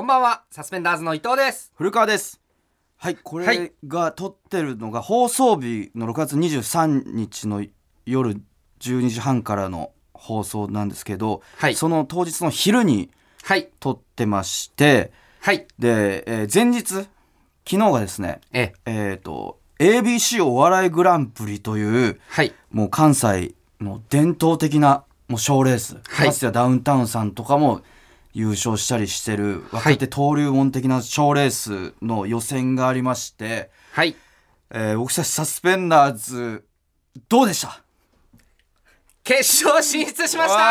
ばんは、サスペンダーズの伊藤です。 古川です。はい、これが撮ってるのが放送日の6月23日の夜12時半からの放送なんですけど、はい、その当日の昼に撮ってまして、はい、で、前日昨日がですね、ABC お笑いグランプリという、はい、もう関西の伝統的なもう賞レース、はい、かつてはダウンタウンさんとかも優勝したりしてる若手登竜門的な賞レースの予選がありまして、はい、僕たちサスペンダーズどうでした？ 決勝進出しました。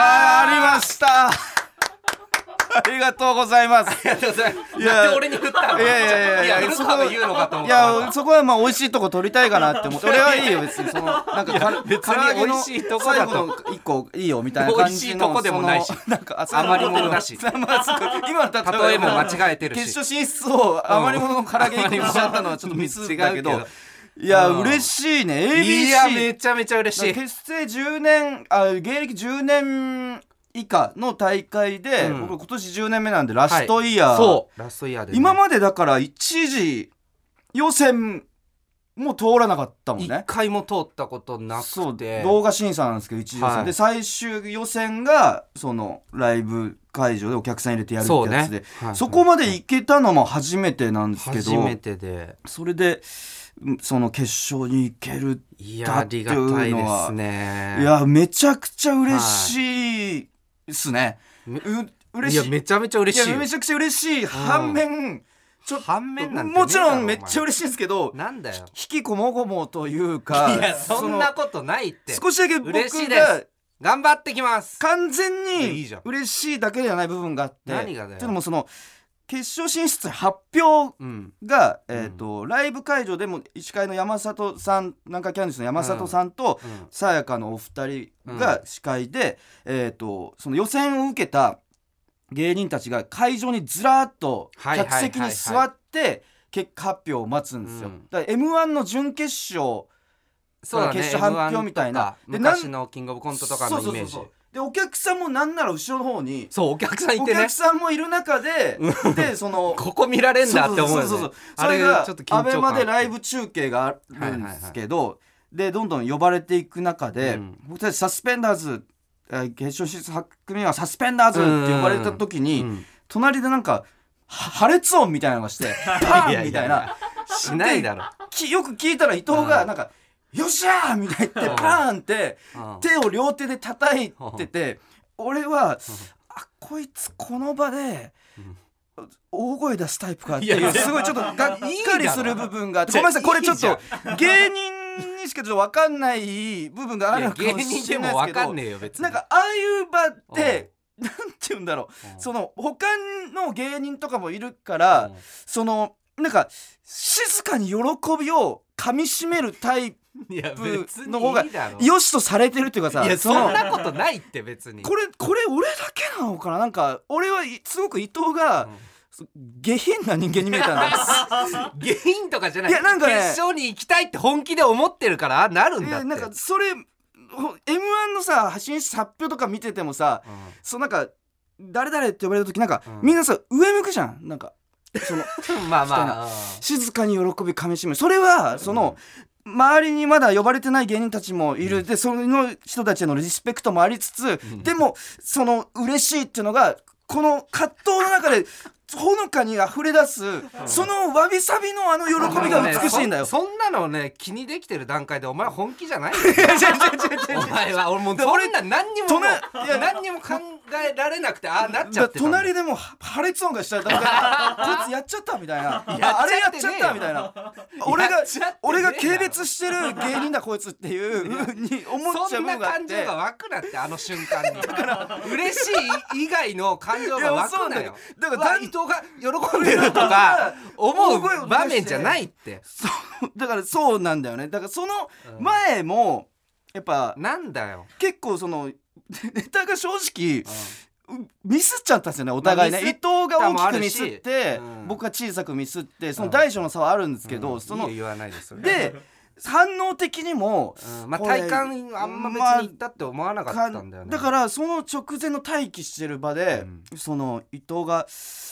ありましたありがとうございます。 ありがとうございます。なんで俺に振ったの？いや古川が言うのかと思った。 いやそこはまあ美味しいとこ取りたいかなって思って俺はいいよ別にそのなんか別に美味しいとこだと最後の1個いいよみたいな感じの美味しいとこでもないしなんか余り物だし今の例えも間違えてるし決勝進出を余り物の唐揚げ1個にしちゃったのはちょっとミスだけどいや嬉しいね ABC いやめちゃめちゃ嬉しい。 結成10年芸歴10年以下の大会で、僕今年10年目なんでラストイヤー、 そうラストイヤーで、ね、 今までだから一時予選も通らなかったもんね。 一回も通ったことなくて、 そう動画審査なんですけど一時予選、で最終予選がそのライブ会場でお客さん入れてやるってやつで そこまで行けたのも初めてなんですけど、 初めてでそれでその決勝に行けるっていうのは、 いやありがたいですね。 いやめちゃくちゃ嬉しいですね。嬉しい。 いやめちゃめちゃ嬉しい。 いやめちゃくちゃ嬉しい反面、 反面なんてもちろんめっちゃ嬉しいんですけど、 なんだよ引きこもごもというか、 いやそんなことないって。 少しだけ僕が嬉しいです。頑張ってきます。 完全に嬉しいだけではない部分があって、 何がだよ。 っていうのもその決勝進出発表が、ライブ会場でも石階の山里さん、南海キャンディーズの山里さんとさやかのお二人が司会で、その予選を受けた芸人たちが会場にずらっと客席に座って結果発表を待つんですよ。だから M1 の準決勝から決勝発表みたいな、 昔のキングオブコントとかのイメージでお客さんもなんなら後ろの方にそうお客さんいてね、 お客さんもいる中ででそのここ見られんだって思うよね。 それがアベマでライブ中継があるんですけど、でどんどん呼ばれていく中で、僕たちサスペンダーズ決勝進出8組はサスペンダーズって呼ばれた時に、隣でなんか破裂音みたいなのがしてパーンみたいなしないだろ。 よく聞いたら伊藤がなんかよっしゃーみたいなパーンって手を両手で叩いてて、俺はこいつこの場で大声出すタイプかっていうすごいちょっとがっかりする部分があって、ごめんなさいこれちょっと芸人にしかちょっと分かんない部分があるかもしれないですけど、なんかああいう場ってなんて言うんだろう、その他の芸人とかもいるから、そのなんか静かに喜びを噛み締めるタイプの方が良しとされてるっていうかさ、 いやそんなことないって別にこれ俺だけなのかな。なんか俺はすごく伊藤が、下品な人間に見えたんだ下品とかじゃない。 いやなんかね、 決勝に行きたいって本気で思ってるからなるんだって。 なんかそれ M1 のさ進出発表とか見ててもさ、そうなんか誰々って呼ばれた時なんか、みんなさ上向くじゃん。なんかそのまあ静かに喜び噛み締める。それはその、周りにまだ呼ばれてない芸人たちもいる、でその人たちへのリスペクトもありつつ、でもその嬉しいっていうのがこの葛藤の中でほのかに溢れ出す、そのわびさびのあの喜びが美しいんだよ。 そんなのね気にできてる段階でお前本気じゃないよお前は。俺もうそんな何にも考えられなくてなっちゃってた。 隣でも破裂音がしちゃったみたいなこいつやっちゃったみたいな、あれやっちゃったみたいな、俺が軽蔑してる芸人だこいつっていう風に思っちゃう部分があって、そんな感情が湧くなってあの瞬間にだから嬉しい以外の感情が湧くなよ。だから伊藤が喜んでるとか思う場面じゃないって。 だからそうなんだよね。だからその前もやっぱなんだよ結構そのネタが正直、ミスっちゃったんですよねお互いね。伊藤が大きくミスって、僕が小さくミスって、その大小の差はあるんですけど、その言わないですで反応的にも、 体感あんま別にいったって思わなかったんだよね。 だからその直前の待機してる場で、その伊藤が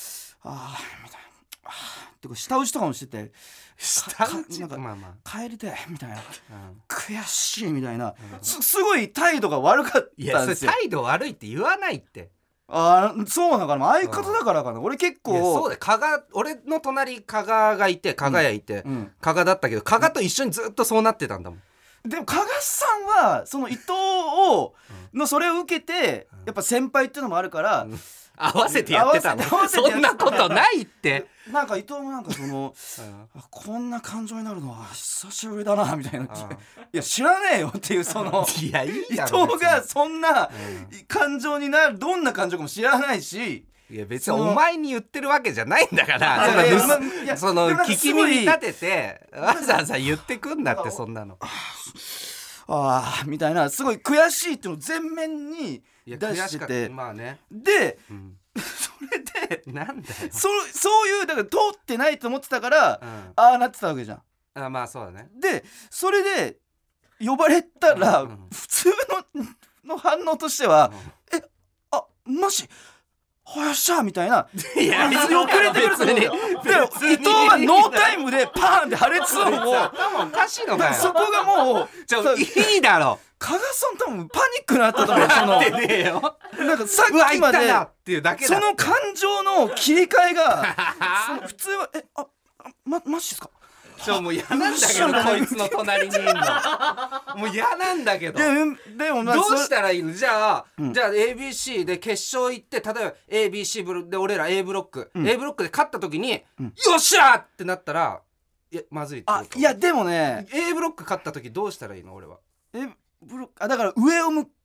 あーみたいなって舌打ちとかもしてて舌打ちなんか、 まあまあ、帰りたいみたいな、 うん、 悔しいみたいな、すごい態度が悪かったんですよ。いやそれ態度悪いって言わないって。 そうなのかな、相方だからかな、俺結構そうで俺の隣加賀がいて加賀屋いて、加賀だったけど加賀と一緒にずっとそうなってたんだもん。 でも加賀さんはその伊藤のそれを受けてやっぱ先輩っていうのもあるから、 合わせてやってたの。そんなことないって。 なんか伊藤もなんかそのこんな感情になるのは久しぶりだなみたいな、いや知らねえよっていう、そのいやいい伊藤がそんな感情になる、どんな感情かも知らないし、 いや別にお前に言ってるわけじゃないんだから、その聞き耳立ててわざわざ言ってくんだって、そんなの。 ああみたいな、すごい悔しいっていうのを全面に出してて、 まあね、 で、それでなんだよ、 そういうだから通ってないと思ってたから、ああなってたわけじゃん。 まあそうだね。でそれで呼ばれたら、普通の反応としては、マジはやっしゃーみたいな、 いや別に遅れてくるで伊藤はノータイムでパーンって破裂音を頭おかしいのかよ。 そこがもういいだろ、 加賀さん多分パニックになったと思う。 なってねえよ。 なんかさっきまでっていうだけだ、 その感情の切り替えが普通はマジですか、 もう嫌なんだけどこいつの隣にいんのもう嫌なんだけど。 でもどうしたらいいの。じゃあ ABC で決勝行って、例えば ABC ブロックで俺ら A ブロック、A ブロックで勝った時に、よっしゃーってなったらまずいってこと。 いやでもね A ブロック勝った時どうしたらいいの俺は。 だから上を向く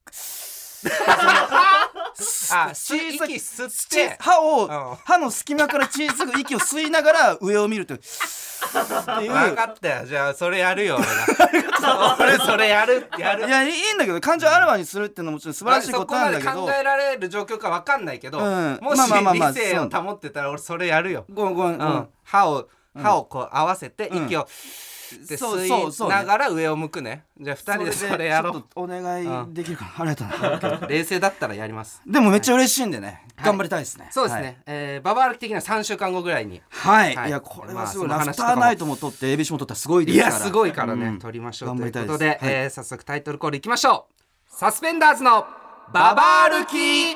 息吸って歯の隙間から小さく息を吸いながら上を見ると分かったよ。じゃあそれやるよ俺それやる。いやいいんだけど、感情をあらわにするっていうのももちろん素晴らしいことなんだけど、 そこまで考えられる状況か分かんないけど、もし理性を保ってたら俺それやるよ。歯をこう合わせて息をで吸いながら上を向くね。じゃあ2人でそれやろう。 ちょっとお願いできるかな。ありがとうな。 冷静だったらやります。 でもめっちゃ嬉しいんでね、頑張りたいですね。 そうですね。ババ歩き的には3週間後ぐらいに。 はい。いやこれはすごい。ラフターナイトも撮って ABC も撮ったらすごいですから。 いやすごいからね、撮りましょうということで、早速タイトルコールいきましょう。サスペンダーズのババ歩き。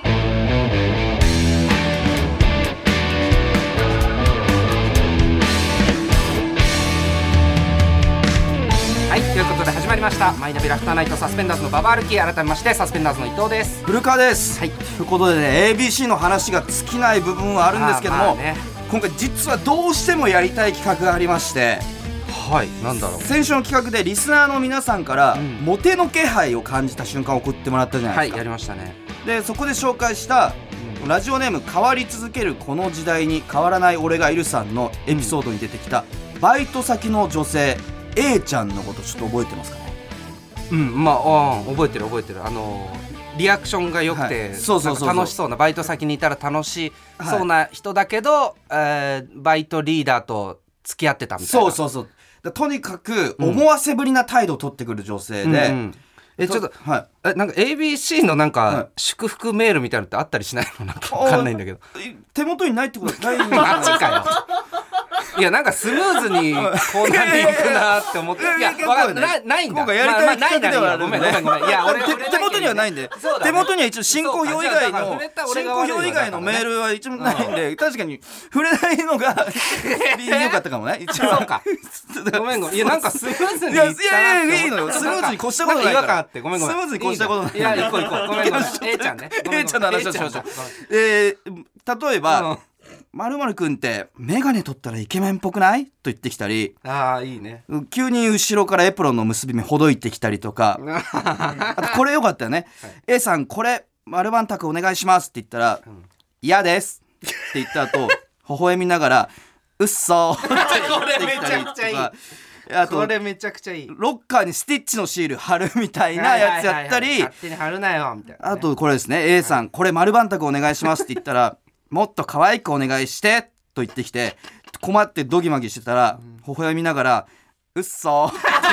はい、ということで始まりましたマイナビラフターナイトサスペンダーズのババ歩き。改めましてサスペンダーズの伊藤です。 古川です。はい、ということでね ABC の話が尽きない部分はあるんですけども、今回実はどうしてもやりたい企画がありまして、 はい、なんだろう。 先週の企画でリスナーの皆さんからモテの気配を感じた瞬間を送ってもらったじゃないですか。 はい、やりましたね。 でそこで紹介したラジオネーム変わり続けるこの時代に変わらない俺がいるさんのエピソードに出てきたバイト先の女性A ちゃんのことちょっと覚えてますかね。 まあ覚えてるリアクションが良くて、楽しそうな、バイト先にいたら楽しそうな人だけど、バイトリーダーと付き合ってたみたいな。 そうとにかく思わせぶりな態度を取ってくる女性で、 ちょっと、なんか ABC のなんか祝福メールみたいなのってあったりしないの？なんか分かんないんだけど。 手元にないってことはないんマジかよ。いやなんかスムーズにこうなっていくなって思って、いやないんだ。 今回やりたい企画ではあるんで、 ごめん。いや俺手元にはないんで、手元には一応進行表以外のメールは一応ないんで、確かに触れないのが良かったかもね。一応そうか。ごめん。いやなんかスムーズに。 いやいいのよ。スムーズに越したことないから。違和感あってごめん。スムーズに越したことない。 いや行こう。ごめん。A ちゃんね。 A ちゃんの話をしましょう。例えば。〇〇くんってメガネ取ったらイケメンっぽくないと言ってきたり、 いいね。 急に後ろからエプロンの結び目ほどいてきたりとかあとこれよかったよね、A さんこれ丸番卓お願いしますって言ったら、嫌ですって言った後微笑みながらうっそーって言ってきたりとか、あとこれめちゃくちゃいい。 ロッカーにスティッチのシール貼るみたいなやつやったり、 勝手に貼るなよみたいな。 あとこれですね、A さんこれ丸番卓お願いしますって言ったらもっと可愛くお願いしてと言ってきて、困ってドギマギしてたら、微笑みながらうっそ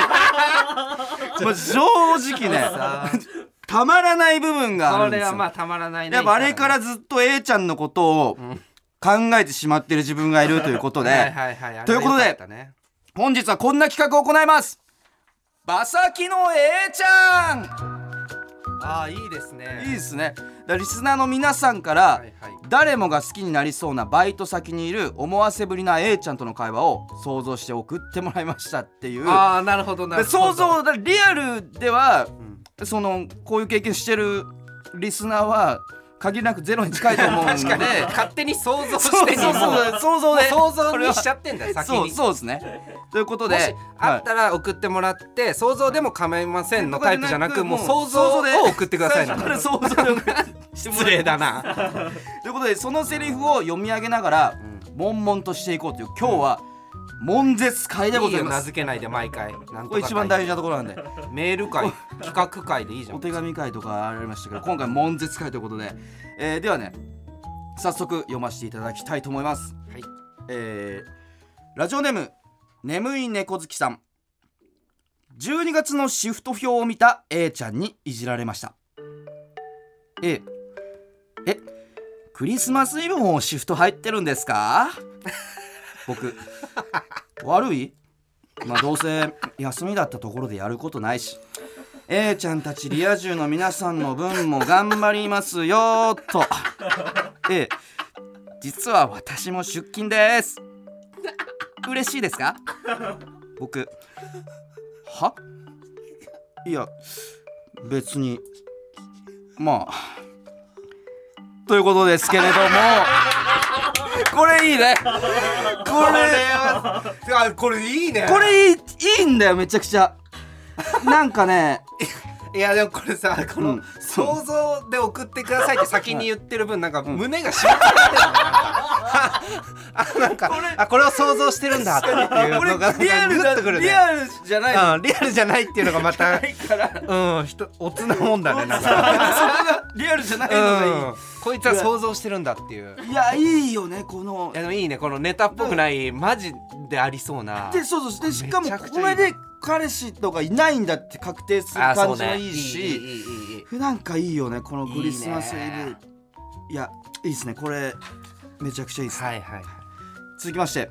正直ねたまらない部分があるんですよ。 これはまあたまらないね。 やっぱあれからずっと A ちゃんのことを考えてしまっている自分がいるということでということで、本日はこんな企画を行います。馬先の A ちゃん。 いいですね。 いいですね。リスナーの皆さんから、誰もが好きになりそうなバイト先にいる思わせぶりな A ちゃんとの会話を想像して送ってもらいましたっていう。 なるほどなるほど。 想像リアルでは、こういう経験してるリスナーは限りなくゼロに近いと思うんで確かに勝手に想像して想像にしちゃってんだよ先に。 そうですね。ということで、もしあったら送ってもらって、想像でも構いませんのタイプじゃなく、もう想像を送ってくださいな。 想像で失礼だな。 ということで、そのセリフを読み上げながら悶々としていこうという、今日は悶絶会でございます。 名付けないで毎回。 これ一番大事なところなんで。 メール会、企画会でいいじゃん。 お手紙会とかありましたけど、今回悶絶会ということで、ではね、早速読ませていただきたいと思います。 はい。 ラジオネーム眠い猫好きさん。12月のシフト表を見た A ちゃんにいじられました。クリスマスイブもシフト入ってるんですか？僕悪い？どうせ休みだったところでやることないし、 A ちゃんたちリア充の皆さんの分も頑張りますよと。実は私も出勤です。嬉しいですか？僕いや別にということですけれどもこれいいね。 これいいね。 これいいんだよ、めちゃくちゃ。なんかねいやでもこれさ、この想像で送ってくださいって先に言ってる分、なんか胸が締まってるなんかこれを想像してるんだっていうのがリアルじゃない、 リアルじゃないっていうのがまたおつなもんだね。なんかそれがリアルじゃないのがいい。 こいつは想像してるんだっていう。 いや、いいよね、この。 いやでもいいね、このネタっぽくないマジでありそうな。 で、そうで、しかもこれで彼氏とかいないんだって確定する感じもいいし、なんかいいよね、このクリスマスイブ。いや、いいですね、これめちゃくちゃいいですね。続きまして、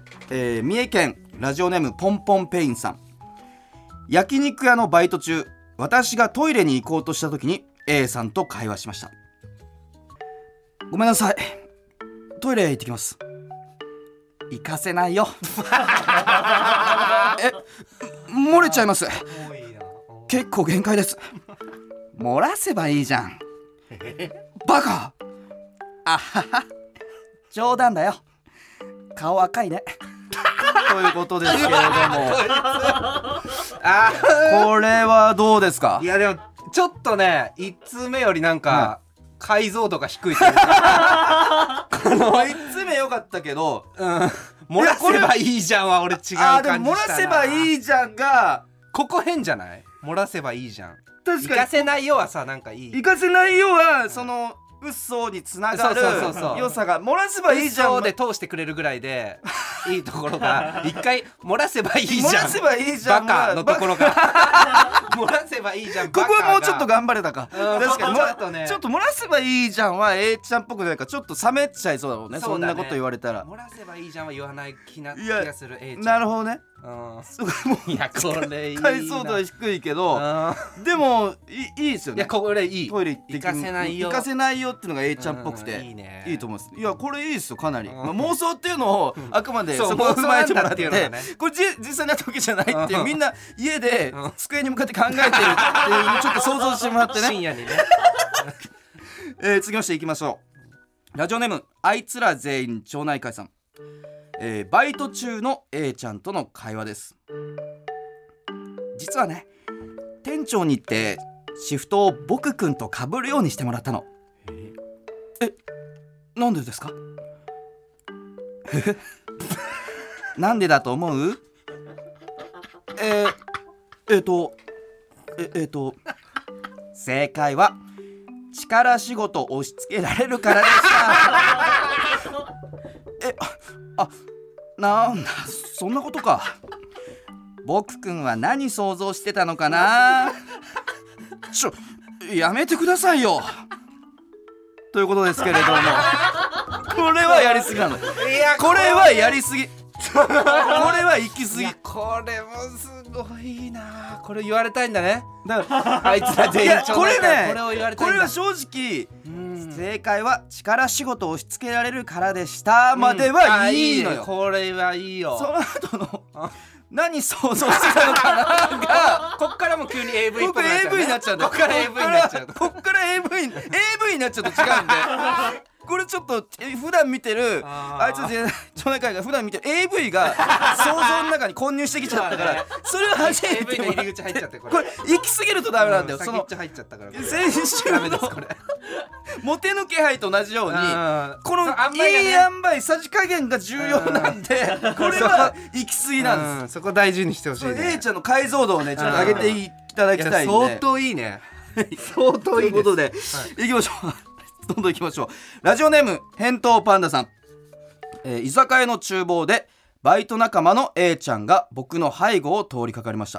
三重県ラジオネームポンポンペインさん。焼肉屋のバイト中、私がトイレに行こうとした時に A さんと会話しました。ごめんなさい、トイレ行ってきます。行かせないよ。漏れちゃいます。結構限界です。漏らせばいいじゃん。バカ。あはは、冗談だよ。顔赤いね。ということですけれどもこれはどうですか？ いやでもちょっとね、1通目よりなんか、解像度が低いというかこの1通目良かったけど、 漏らせばいいじゃんは俺違う感じしたな。 でも漏らせばいいじゃんがここ変じゃない？漏らせばいいじゃん。 確かに行かせないよはさ、なんかいい。 行かせないよはその嘘につながる良さが、漏らせばいいじゃん嘘で通してくれるぐらいでいいところが一回漏らせばいいじゃん、 漏らせばいいじゃんバカのところが漏らせばいいじゃん、 ここはもうちょっと頑張れたか。確かにちょっと漏らせばいいじゃんは A ちゃんっぽくないか、ちょっと冷めちゃいそうだもんね。そんなこと言われたら漏らせばいいじゃんは言わない気がする A ちゃん。 なるほどね。 いやこれいいな。 解像度は低いけどでもいいですよね。 いやこれいい。 トイレ行って行かせないよ、 行かせないよっていうのが A ちゃんっぽくていいと思います。いやこれいいですよ、かなり。妄想っていうのをあくまでそこを踏まえてもらって、これ実際にあったわけじゃないっていう、みんな家で机に向かって考えてるっていうちょっと想像してもらってね。 深夜にね。 続きましていきましょう。ラジオネームあいつら全員町内会さん。バイト中の A ちゃんとの会話です。実はね、店長に言ってシフトを僕くんと被るようにしてもらったの。なんでですか？なんでだと思う？正解は力仕事を押し付けられるからでした。なんだ、そんなことか。僕くんは何想像してたのかな。やめてくださいよ。ということですけれどもこれはやりすぎなの。これはやりすぎ。これは行き過ぎ。 これもすごいな。これ言われたいんだね。 だからあいつら全員これね、 これを言われたいんだ。 これは正直正解は力仕事を押し付けられるからでしたまではいいのよ。 これはいいよ。 その後の何想像してたのかながこっからも急に AV っぽくなっちゃう、ね、 AV になっちゃうんだよ。 こっから AV になっちゃう。 こっから AV になっちゃうと違うんでこれちょっと普段見てるあいつ町内会が普段見てる AV が想像の中に混入してきちゃったからそれは初めて AV の入り口入っちゃってこれ行き過ぎるとダメなんだよ。 先っちょ入っちゃったから先週のモテの気配と同じようにこのいい塩梅さじ加減が重要なんでこれは行き過ぎなんです。 そこ大事にしてほしいね。 A ちゃんの解像度をねちょっと上げていただきたいんで。 相当いいね。相当いいです。 ということでいきましょうどんどんいきましょう。ラジオネーム返答パンダさん、居酒屋の厨房でバイト仲間の A ちゃんが僕の背後を通りかかりました。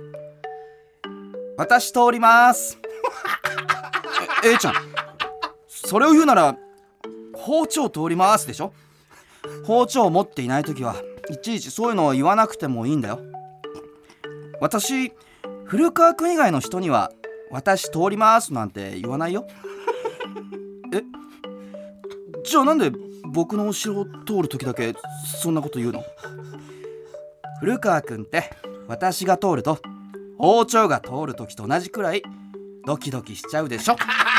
私通りますA ちゃんそれを言うなら包丁通りますでしょ。包丁を持っていない時はいちいちそういうのを言わなくてもいいんだよ。私古川君以外の人には私通りますなんて言わないよ。え、じゃあなんで僕の後ろを通る時だけそんなこと言うの？古川君って私が通ると包丁が通る時と同じくらいドキドキしちゃうでしょ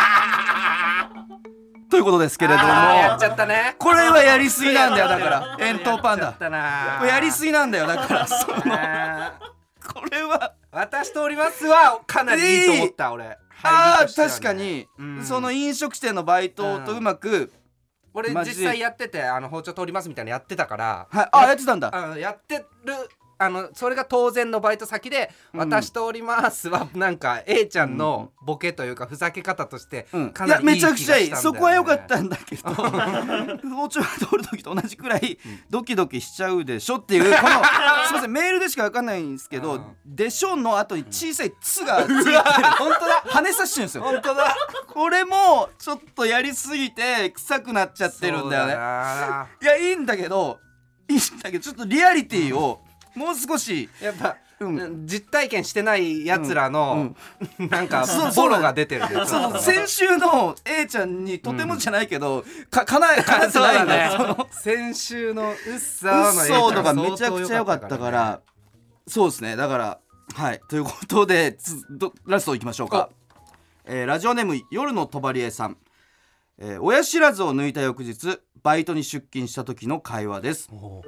ということですけれども、 やっちゃったね。 これはやりすぎなんだよ。だから返答パンダこれやりすすぎなんだよ。だからそのこれは私通りますはかなりいいと思った俺。 確かに、その飲食店のバイトとうまく、 俺実際やってて包丁通りますみたいなやってたから、 やってたんだ。 やってるそれが当然のバイト先で、私通りますはなんか A ちゃんのボケというかふざけ方としてかなりいい気がしたんだよね。 めちゃくちゃいい。そこは良かったんだけど包丁が通る時と同じくらいドキドキしちゃうでしょっていうこのすいませんメールでしか分かんないんですけどでしょの後に小さい「つ」がついてる本当だ跳ねさしてるんですよ。 本当だ。 これもちょっとやりすぎて臭くなっちゃってるんだよね。いやいいんだけどちょっとリアリティをもう少しやっぱ、実体験してないやつらの、なんかボロが出てる。 先週の A ちゃんにとてもじゃないけどかなってないんだよ。 先週のうっそのがめちゃくちゃ良かったからそうですね。だからはいということでラストいきましょうか。ラジオネーム夜のとばりえさん、親知らずを抜いた翌日バイトに出勤した時の会話です。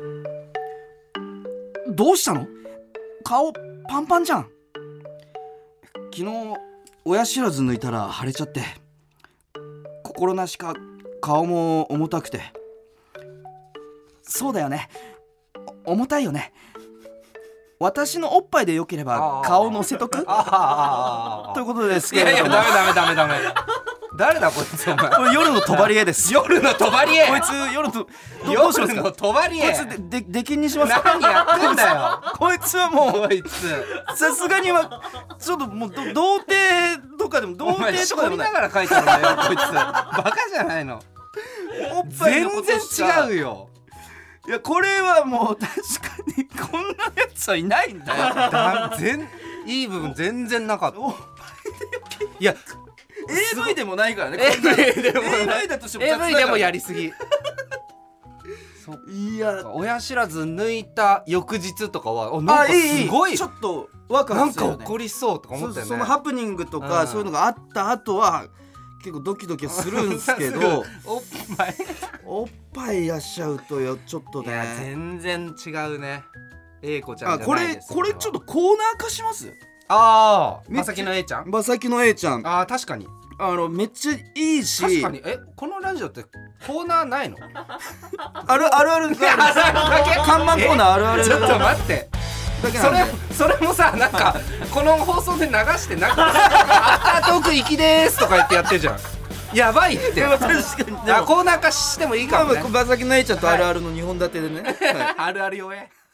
どうしたの？顔パンパンじゃん。昨日親知らず抜いたら腫れちゃって心なしか顔も重たくて。そうだよね重たいよね。私のおっぱいでよければ顔乗せとくということですけれども。 いやダメ誰だこいつお前。 これ夜のとばりえです。 夜のとばりえ。 こいつ夜のどうしますか？ 夜のとばりえ。 こいつ出禁にしますか？ 何やってんだよこいつはもうこいつさすがにはちょっともう童貞とかでも童貞とかでもない。 お前仕込みながら書いてるんだよこいつ。バカじゃないの。 おっぱいのこと全然違うよ。 いやこれはもう確かにこんなやつはいないんだよ。 いい部分全然なかった。 おっぱいでいやAV でもないからね。AV だとしても AV でもやりすぎ。 いや親知らず抜いた翌日とかはなんかすごいちょっとワクワクするよね。 なんか起こりそうとか思ったよね。 そのハプニングとかそういうのがあった後は結構ドキドキするんですけどおっぱいやっしゃうとちょっとね。 いや全然違うね。A子ちゃんじゃないです。 これちょっとコーナー化します。 まさきの A ちゃん。 まさきの A ちゃん。 確かにめっちゃいいし。 確かにこのラジオってコーナーないの？ ある看板コーナーあるある。 ちょっと待ってそれもさなんかこの放送で流してなんかアフタートーク行きでーすとか言ってやってるじゃん。やばいって確かにコーナー化してもいいかもね。 まさきの A ちゃんとあるあるの2本立てでね。 あるあるよ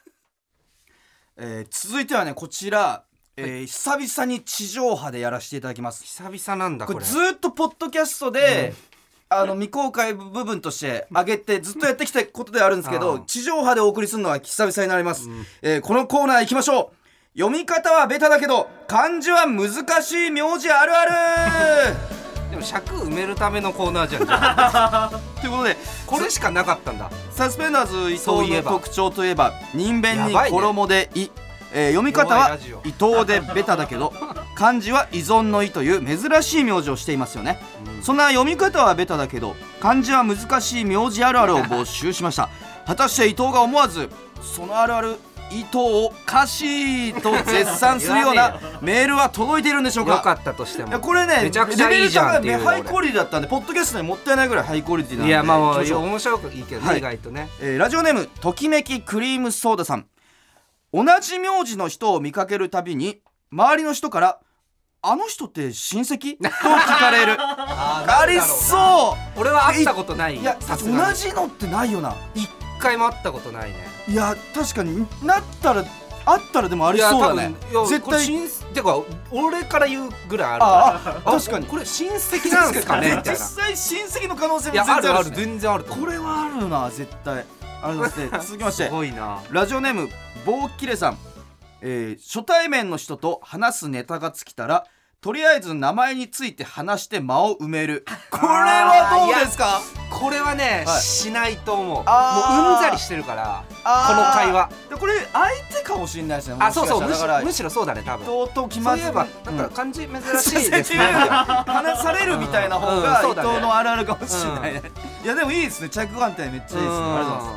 続いてはねこちら久々に地上波でやらせていただきます。 久々なんだこれ。 ずっとポッドキャストで未公開部分として上げてずっとやってきたことではあるんですけど地上波でお送りするのは久々になります、このコーナー行きましょう。読み方はベタだけど漢字は難しい名字あるあるでも尺埋めるためのコーナーじゃんということでこれしかなかったんだ。 サスペンダーズ伊藤の特徴といえば人弁に衣でい、読み方は伊藤でベタだけど漢字は依存の意という珍しい名字をしていますよね、そんな読み方はベタだけど漢字は難しい名字あるあるを募集しました果たして伊藤が思わずそのあるある伊藤おかしいと絶賛するようなメールは届いているんでしょうか。 よかったとしてもこれねめちゃくちゃいいじゃんっていうハイクオリティだったんでポッドキャストにもったいないぐらいハイクオリティなんで。 いやまあ面白くいいけどね、意外とね、 ラジオネームときめきクリームソーダさん。同じ名字の人を見かけるたびに周りの人からあの人って親戚と聞かれるありそう。 俺は会ったことない。 いや同じのってないよな。 一回も会ったことないね。 いや確かになったらあったらでもありそうだね。絶対てか俺から言うぐらいあるから。 確かにこれ親戚なんですかねみたいな。 実際親戚の可能性も全然ある。 ある全然ある。 これはあるな絶対。ありがとうございます。続きましてすごいな。 ラジオネームボーキレさん、初対面の人と話すネタが尽きたらとりあえず名前について話して間を埋める。これはどうですか。 これはね、しないと思う。もううんざりしてるからこの会話。 これ相手かもしれないですね。 そうそうむしろそうだね多分。 と決まってそういえばなんか漢字珍しいですね話されるみたいな方が伊藤のあるあるかもしれないね。いやでもいいですね。着眼点めっちゃいいですね。ありがとうございます。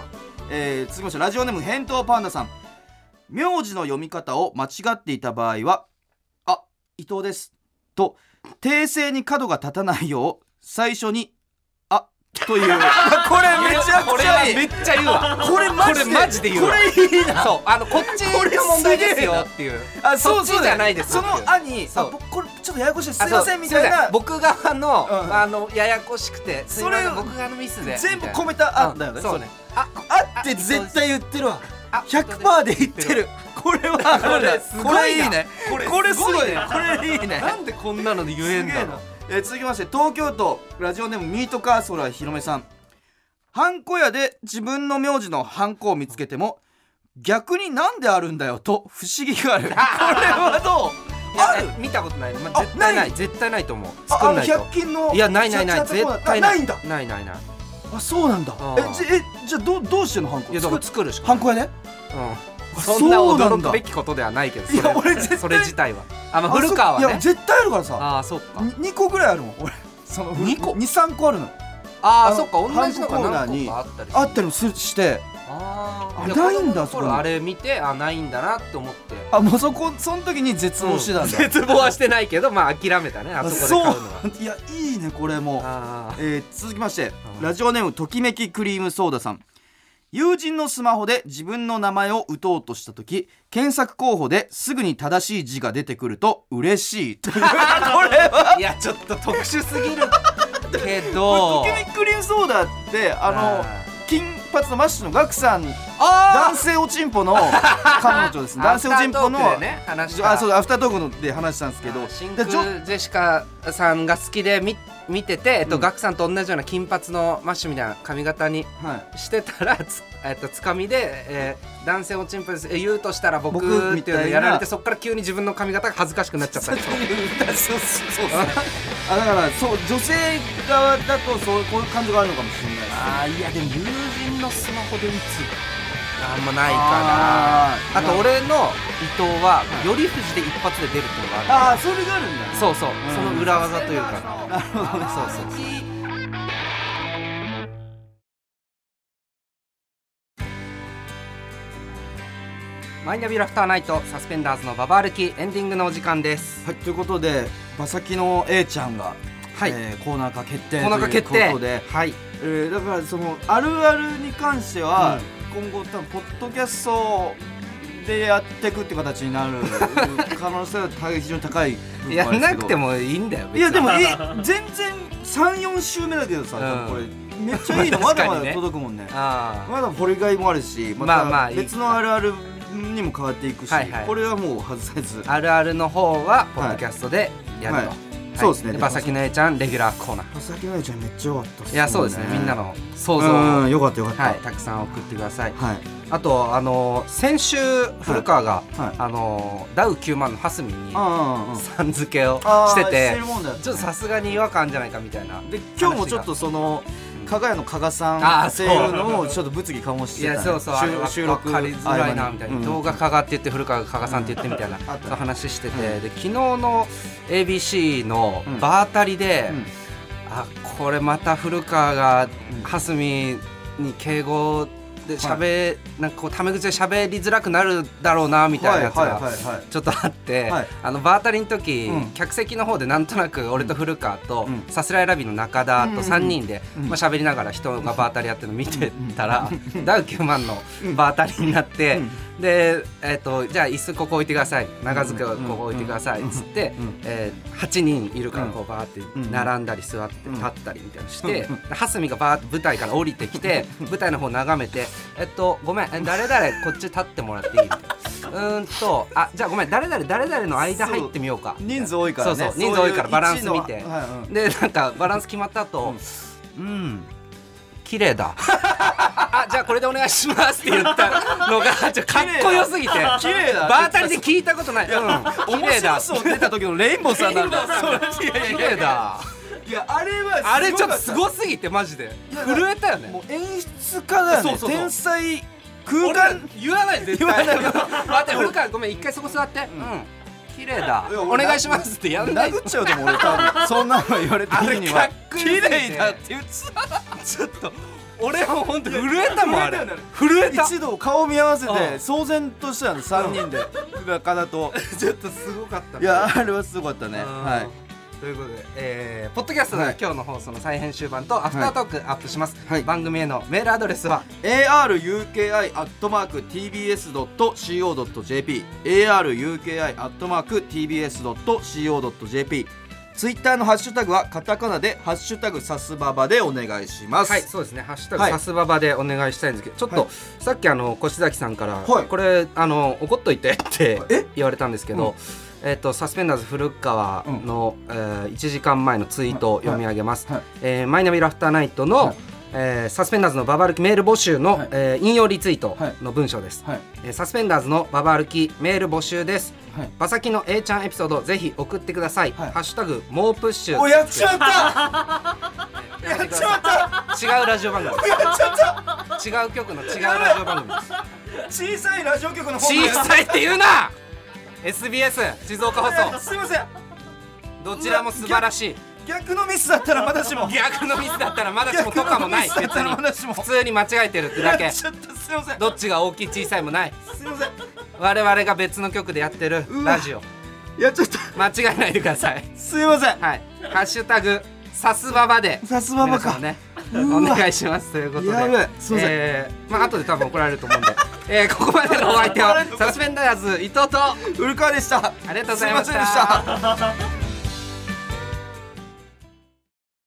続きましてラジオネーム返答パンダさん。名字の読み方を間違っていた場合は伊藤ですと訂正に角が立たないよう最初にというこれめちゃくちゃいい。 めっちゃ言うわ。 これマジで言うわ。これいいな。 そうこっちの問題ですよっていう。 そうじゃないです。 その兄これちょっとややこしいすいませんみたいな。 僕側のややこしくてそれ僕側のミスで全部込めただよね。 そうね。 って絶対言ってるわ。100% で言ってる。これいいね。これすごいね。これいいね。 なんでこんなので言えんだろう。 続きまして東京都ラジオネームミートカーソラひろめさん。ハンコ屋で自分の名字のハンコを見つけても逆になんであるんだよと不思議がある。これはどう。ある。 見たことない。絶対ない。絶対ないと思う。作んないと。 100均のいやない絶対ないんだ。 ないそうなんだ。じゃあどうしてんのハンコ。 いやだから作るしか。 ハンコ屋でそんな驚くべきことではないけどそれ自体は古川はね。 いや絶対あるからさ。 そうか 2個ぐらいあるもん俺。その2個 2,3 個あるの。 そっか同じのが何個かあったりもしてないんだ。それあれ見てないんだなって思って。 もうその時に絶望してたんだ。 絶望はしてないけど諦めたねあそこで買うのは。 いやいいねこれも。続きましてラジオネームときめきクリームソーダさん。友人のスマホで自分の名前を打とうとした時検索候補ですぐに正しい字が出てくると嬉しい。これはいやちょっと特殊すぎるけどときめきクリームソーダって金髪のマッシュのガクさん男性おちんぽの彼女ですね。男性おちんぽのアフタートークで話したんですけど真空ジェシカさんが好きで見ててガクさんと同じような金髪のマッシュみたいな髪型にしてたらつかみで男性おちんぽです言うとしたら僕っていうのやられてそっから急に自分の髪型が恥ずかしくなっちゃったんですよ。 そうだから女性側だとこういう感情があるのかもしれないです。 いやでも友人のスマホで打つあんまないかな。あと俺の伊藤は頼藤で一発で出るっていうのがある。 それがあるんだね。 そうその裏技というか。 なるほどね。 そうマイナビラフターナイトサスペンダーズのババ歩きエンディングのお時間です。 はい、ということで馬先の A ちゃんがコーナー化決定ということで、だからそのあるあるに関しては今後多分ポッドキャストでやっていくっていう形になる可能性は非常に高い。 やんなくてもいいんだよ。 いやでも全然 3,4 週目だけどさ、これめっちゃいいのまだまだ届くもんね。まだ掘りがいもあるし、また別のあるあるにも変わっていくし、これはもう外さずあるあるの方はポッドキャストでやると。 そうですね。 馬先の A ちゃんレギュラーコーナー。 馬先の A ちゃんめっちゃ良かったっすね。 いやそうですね、みんなの想像をよかったよかった、 たくさん送ってください。あと先週古川がダウ9万の蓮見にさん付けをしてて、ちょっとさすがに違和感じゃないかみたいな。で今日もちょっとその加賀屋の加賀さんっていうのをちょっと物議かもしてた、 そうそう、収録分かりづらいなみたいな、動画加賀って言って古川が加賀さんって言ってみたいな話してて、で昨日の ABC の場当たりで、これまた古川が蓮見に敬語でなんかこうタメ口で喋りづらくなるだろうなみたいなやつがちょっとあって、場当たりの時、客席の方でなんとなく俺と古川とさすらいラビの中田と3人で喋りながら人が場当たりやってるの見てたら、ダウ9万の場当たりになって、でじゃあ椅子ここ置いてください、長机ここ置いてくださいっつって、8人いるからこうバーって並んだり座って立ったりみたいなして、蓮見がバーって舞台から降りてきて舞台の方眺めて、ごめん誰々こっち立ってもらっていい？じゃあごめん誰々の間入ってみようか。 人数多いからね。 そう人数多いからバランス見て、でなんかバランス決まった後、綺麗だじゃあこれでお願いしますって言ったのがかっこよすぎて、 綺麗だ場当たりで聞いたことない。綺麗だ出た時のレインボーさんなんだ。 綺麗だ。 いやあれちょっとすごすぎてマジで震えたよね。 もう演出家だよね。天才空間言わない絶対。待って古川ごめん一回そこ座って。綺麗だお願いしますってやんない。 殴っちゃうと思う俺多分。そんなの言われた時には綺麗だって言ってちょっと俺も本当震えたもん。あれ震えた。 一度顔見合わせて騒然としたんで3人で中田とちょっとすごかった。 いやあれはすごかったね。はいということで、ポッドキャストでは今日の放送の再編集版とアフタートークアップします。番組へのメールアドレスは aruki@tbs.co.jp aruki@tbs.co.jp。ツイッターのハッシュタグはカタカナでハッシュタグサスババでお願いします。 はい、そうですね。ハッシュタグサスババでお願いしたいんですけど、ちょっとさっき越崎さんからこれ怒っといてって言われたんですけど、サスペンダーズ古川の1時間前のツイートを読み上げます。マイナビラフターナイトのサスペンダーズのババ歩きメール募集の引用リツイートの文章です。サスペンダーズのババ歩きメール募集です。馬先の A ちゃんエピソードぜひ送ってください。ハッシュタグモープッシュ。 やっちまったやっちまった違うラジオ番組。 やっちゃった違う曲の違うラジオ番組です。小さいラジオ局の小さいって言うな。SBS 静岡放送。 すいません。 どちらも素晴らしい。 逆のミスだったらまだしも。 逆のミスだったらまだしもとかもない。別に普通に間違えてるってだけ。 ちょっとすいません。 どっちが大きい小さいもない。 すいません。 我々が別の局でやってるラジオ。 いやちょっと間違えないでください。 すいません。 はい。ハッシュタグサスババで。 サスババかね。お願いしますということで。 やべえ。すいません。後で多分怒られると思うんで。ここまでのお相手はサスペンダーズ伊藤と古川でした。 ありがとうございました。